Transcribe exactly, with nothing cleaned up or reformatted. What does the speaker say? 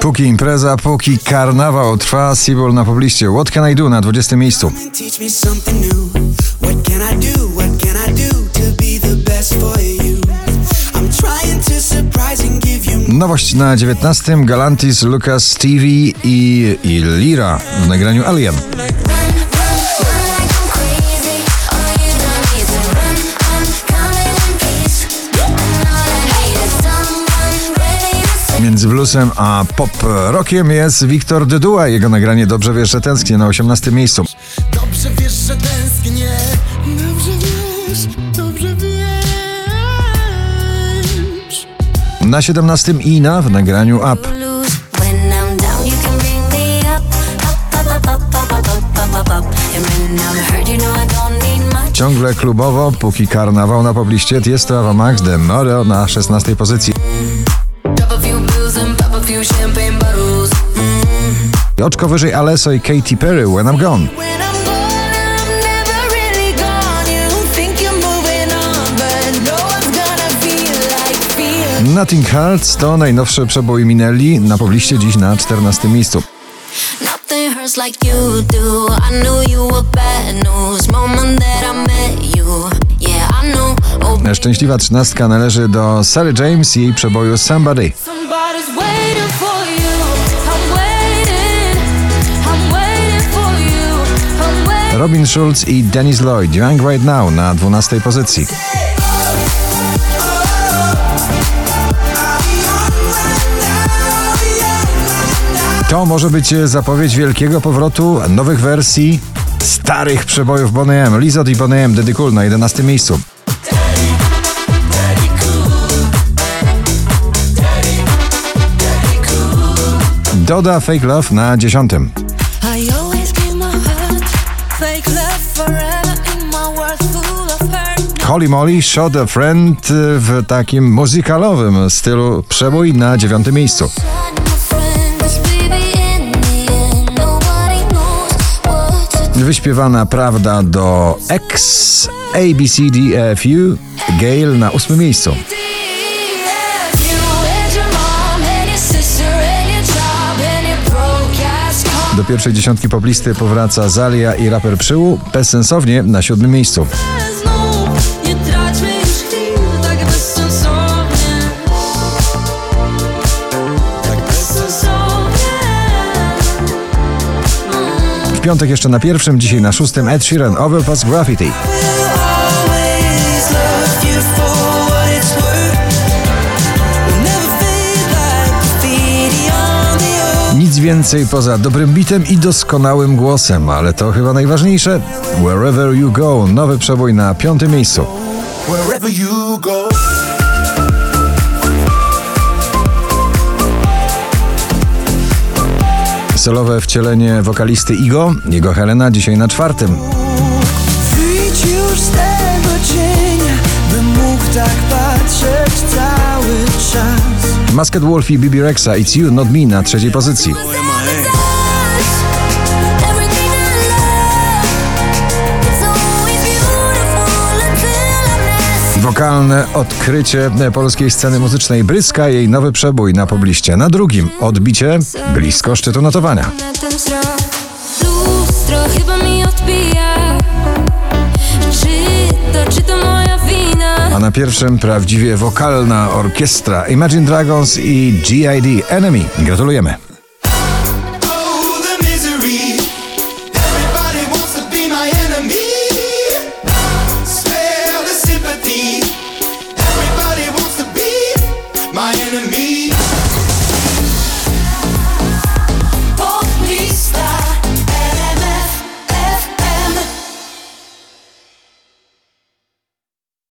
Póki impreza, póki karnawał trwa, Seabull na pobliście. What Can I Do na dwudziestym miejscu. Nowość na dziewiętnastym. Galantis, Lucas, Stevie i, i Lira w nagraniu Alien. Między bluesem a pop rockiem jest Wiktor Dyduła. Jego nagranie Dobrze wiesz, że tęsknię na osiemnastym miejscu. Dobrze wiesz, że tęsknię. Dobrze wiesz, dobrze wiesz. Na siedemnastym Ina w nagraniu Up. Ciągle klubowo, póki karnawał na pobliście. Tiesto, Ava Max, The Moro na szesnastej pozycji. Oczko wyżej Alesso i Katy Perry, When I'm Gone. Nothing Hurts to najnowszy przebój Minelli, na pobliście dziś na czternastym miejscu. Szczęśliwa trzynastka należy do Sary James i jej przeboju Somebody. Robin Schulz i Dennis Lloyd, Young Right Now na dwunastej pozycji. To może być zapowiedź wielkiego powrotu nowych wersji starych przebojów Boney M. Lizot i Boney M, Daddy Cool na jedenastym miejscu. Doda, Fake Love na dziesiątym. Holy Moly, Shot a Friend w takim muzykalowym stylu przebój na dziewiątym miejscu. Wyśpiewana prawda do X, A B C D E F U, Gale na ósmym miejscu. Do pierwszej dziesiątki poplisty powraca Zalia i raper Przyłu, bezsensownie na siódmym miejscu. W piątek jeszcze na pierwszym, dzisiaj na szóstym Ed Sheeran, Overpass Graffiti. Nic więcej poza dobrym bitem i doskonałym głosem, ale to chyba najważniejsze. Wherever You Go, nowy przebój na piątym miejscu. Wherever you go. Solowe wcielenie wokalisty Igo, jego Helena dzisiaj na czwartym. Wyjdź już z tego cienia, bym mógł tak patrzeć cały czas. Masked Wolf i Bebe Rexha, It's You, Not Me na trzeciej pozycji. Wokalne odkrycie polskiej sceny muzycznej Bryska, jej nowy przebój na pobliście. Na drugim odbicie blisko szczytu notowania. Lustro chyba mi odbija. Czy to, czy to moja wina? A na pierwszym prawdziwie wokalna orkiestra Imagine Dragons i G I D Enemy. Gratulujemy.